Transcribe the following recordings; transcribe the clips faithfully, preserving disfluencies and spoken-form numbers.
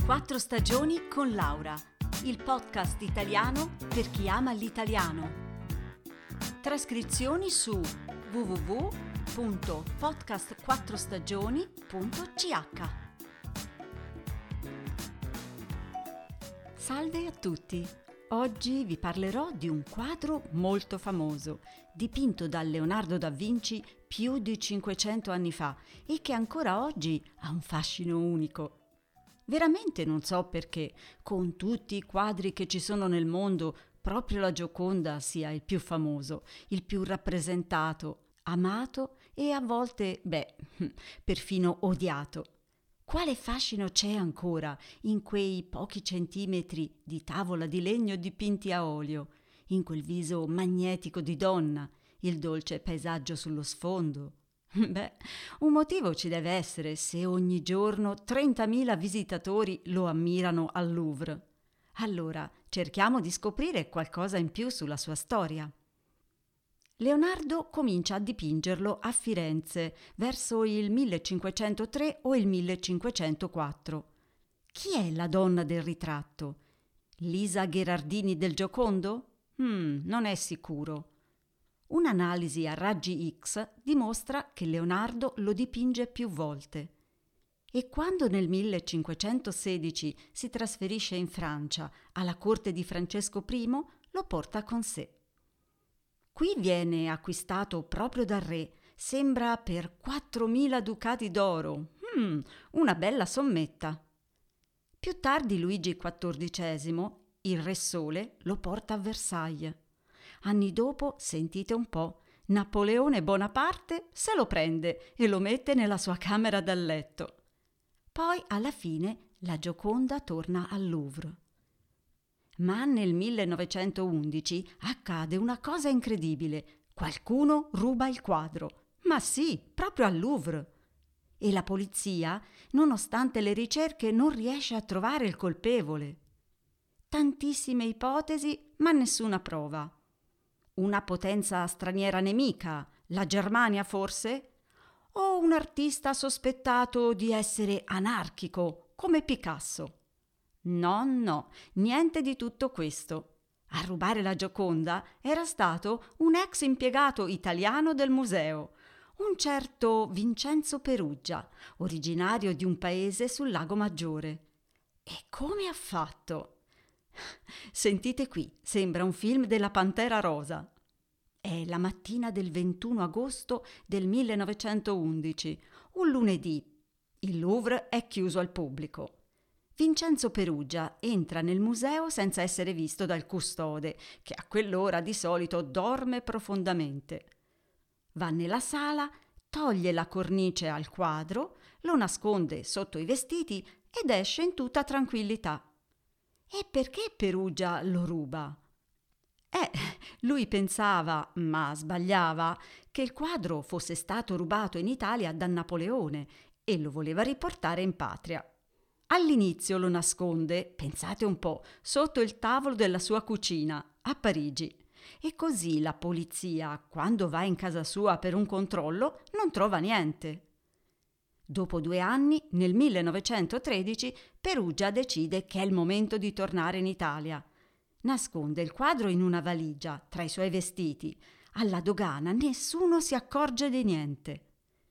Quattro stagioni con Laura, il podcast italiano per chi ama l'italiano. Trascrizioni su w w w punto podcast quattro stagioni punto c h. Salve a tutti! Oggi vi parlerò di un quadro molto famoso, dipinto da Leonardo da Vinci più di cinquecento anni fa e che ancora oggi ha un fascino unico. Veramente non so perché, con tutti i quadri che ci sono nel mondo, proprio la Gioconda sia il più famoso, il più rappresentato, amato e a volte, beh, perfino odiato. Quale fascino c'è ancora in quei pochi centimetri di tavola di legno dipinti a olio, in quel viso magnetico di donna, il dolce paesaggio sullo sfondo? Beh, un motivo ci deve essere se ogni giorno trentamila visitatori lo ammirano al Louvre. Allora, cerchiamo di scoprire qualcosa in più sulla sua storia. Leonardo comincia a dipingerlo a Firenze verso il millecinquecentotre o il millecinquecentoquattro. Chi è la donna del ritratto? Lisa Gherardini del Giocondo? Hmm, non è sicuro. Un'analisi a raggi X dimostra che Leonardo lo dipinge più volte. E quando nel millecinquecentosedici si trasferisce in Francia alla corte di Francesco primo, lo porta con sé. Qui viene acquistato proprio dal re, sembra per quattromila ducati d'oro. Hmm, una bella sommetta. Più tardi Luigi quattordicesimo, il Re Sole, lo porta a Versailles. Anni dopo, sentite un po', Napoleone Bonaparte se lo prende e lo mette nella sua camera da letto. Poi, alla fine, la Gioconda torna al Louvre. Ma nel millenovecentoundici accade una cosa incredibile. Qualcuno ruba il quadro. Ma sì, proprio al Louvre. E la polizia, nonostante le ricerche, non riesce a trovare il colpevole. Tantissime ipotesi, ma nessuna prova. Una potenza straniera nemica, la Germania forse? O un artista sospettato di essere anarchico, come Picasso? No, no, niente di tutto questo. A rubare la Gioconda era stato un ex impiegato italiano del museo, un certo Vincenzo Peruggia, originario di un paese sul Lago Maggiore. E come ha fatto? Sentite qui, sembra un film della Pantera Rosa. È la mattina del ventuno agosto del millenovecentoundici, un lunedì. Il Louvre è chiuso al pubblico. Vincenzo Peruggia entra nel museo senza essere visto dal custode, che a quell'ora di solito dorme profondamente. Va nella sala, toglie la cornice al quadro, lo nasconde sotto i vestiti ed esce in tutta tranquillità. E perché Peruggia lo ruba? Eh, lui pensava, ma sbagliava, che il quadro fosse stato rubato in Italia da Napoleone e lo voleva riportare in patria. All'inizio lo nasconde, pensate un po', sotto il tavolo della sua cucina, a Parigi. E così la polizia, quando va in casa sua per un controllo, non trova niente. Dopo due anni, nel millenovecentotredici, Peruggia decide che è il momento di tornare in Italia. Nasconde il quadro in una valigia, tra i suoi vestiti. Alla dogana nessuno si accorge di niente.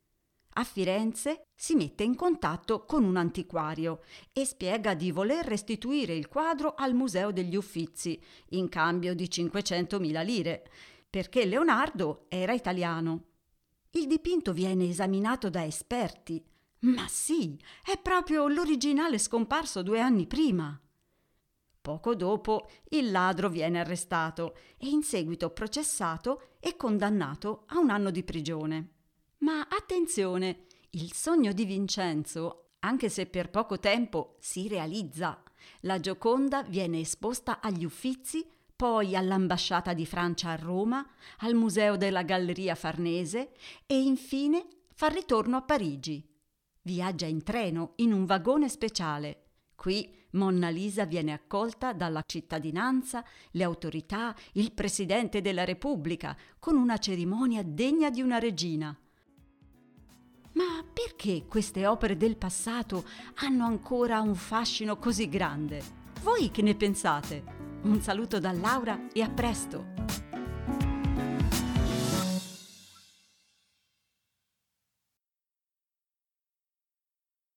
A Firenze si mette in contatto con un antiquario e spiega di voler restituire il quadro al Museo degli Uffizi in cambio di cinquecentomila lire, perché Leonardo era italiano. Il dipinto viene esaminato da esperti. Ma sì, è proprio l'originale scomparso due anni prima. Poco dopo il ladro viene arrestato e in seguito processato e condannato a un anno di prigione. Ma attenzione, il sogno di Vincenzo, anche se per poco tempo, si realizza. La Gioconda viene esposta agli Uffizi, poi all'Ambasciata di Francia a Roma, al Museo della Galleria Farnese e infine fa ritorno a Parigi. Viaggia in treno in un vagone speciale. Qui Monna Lisa viene accolta dalla cittadinanza, le autorità, il Presidente della Repubblica, con una cerimonia degna di una regina. Ma perché che queste opere del passato hanno ancora un fascino così grande. Voi che ne pensate? Un saluto da Laura e a presto!